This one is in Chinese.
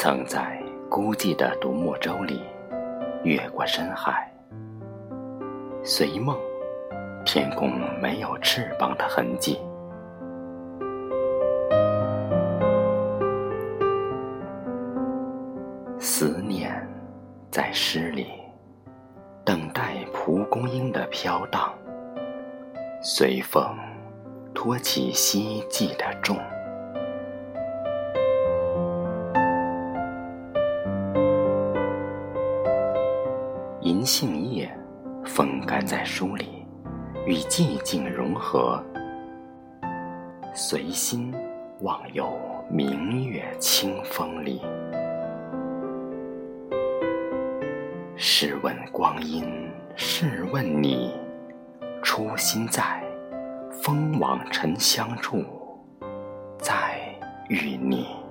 曾在孤寂的独木舟里越过深海，随梦，天空没有翅膀的痕迹。思念在诗里等待蒲公英的飘荡，随风托起希冀的重。银杏叶风干在书里，与寂静融合，随心望游明月清风里。试问光阴，试问你，初心在，风往尘相处，再遇你。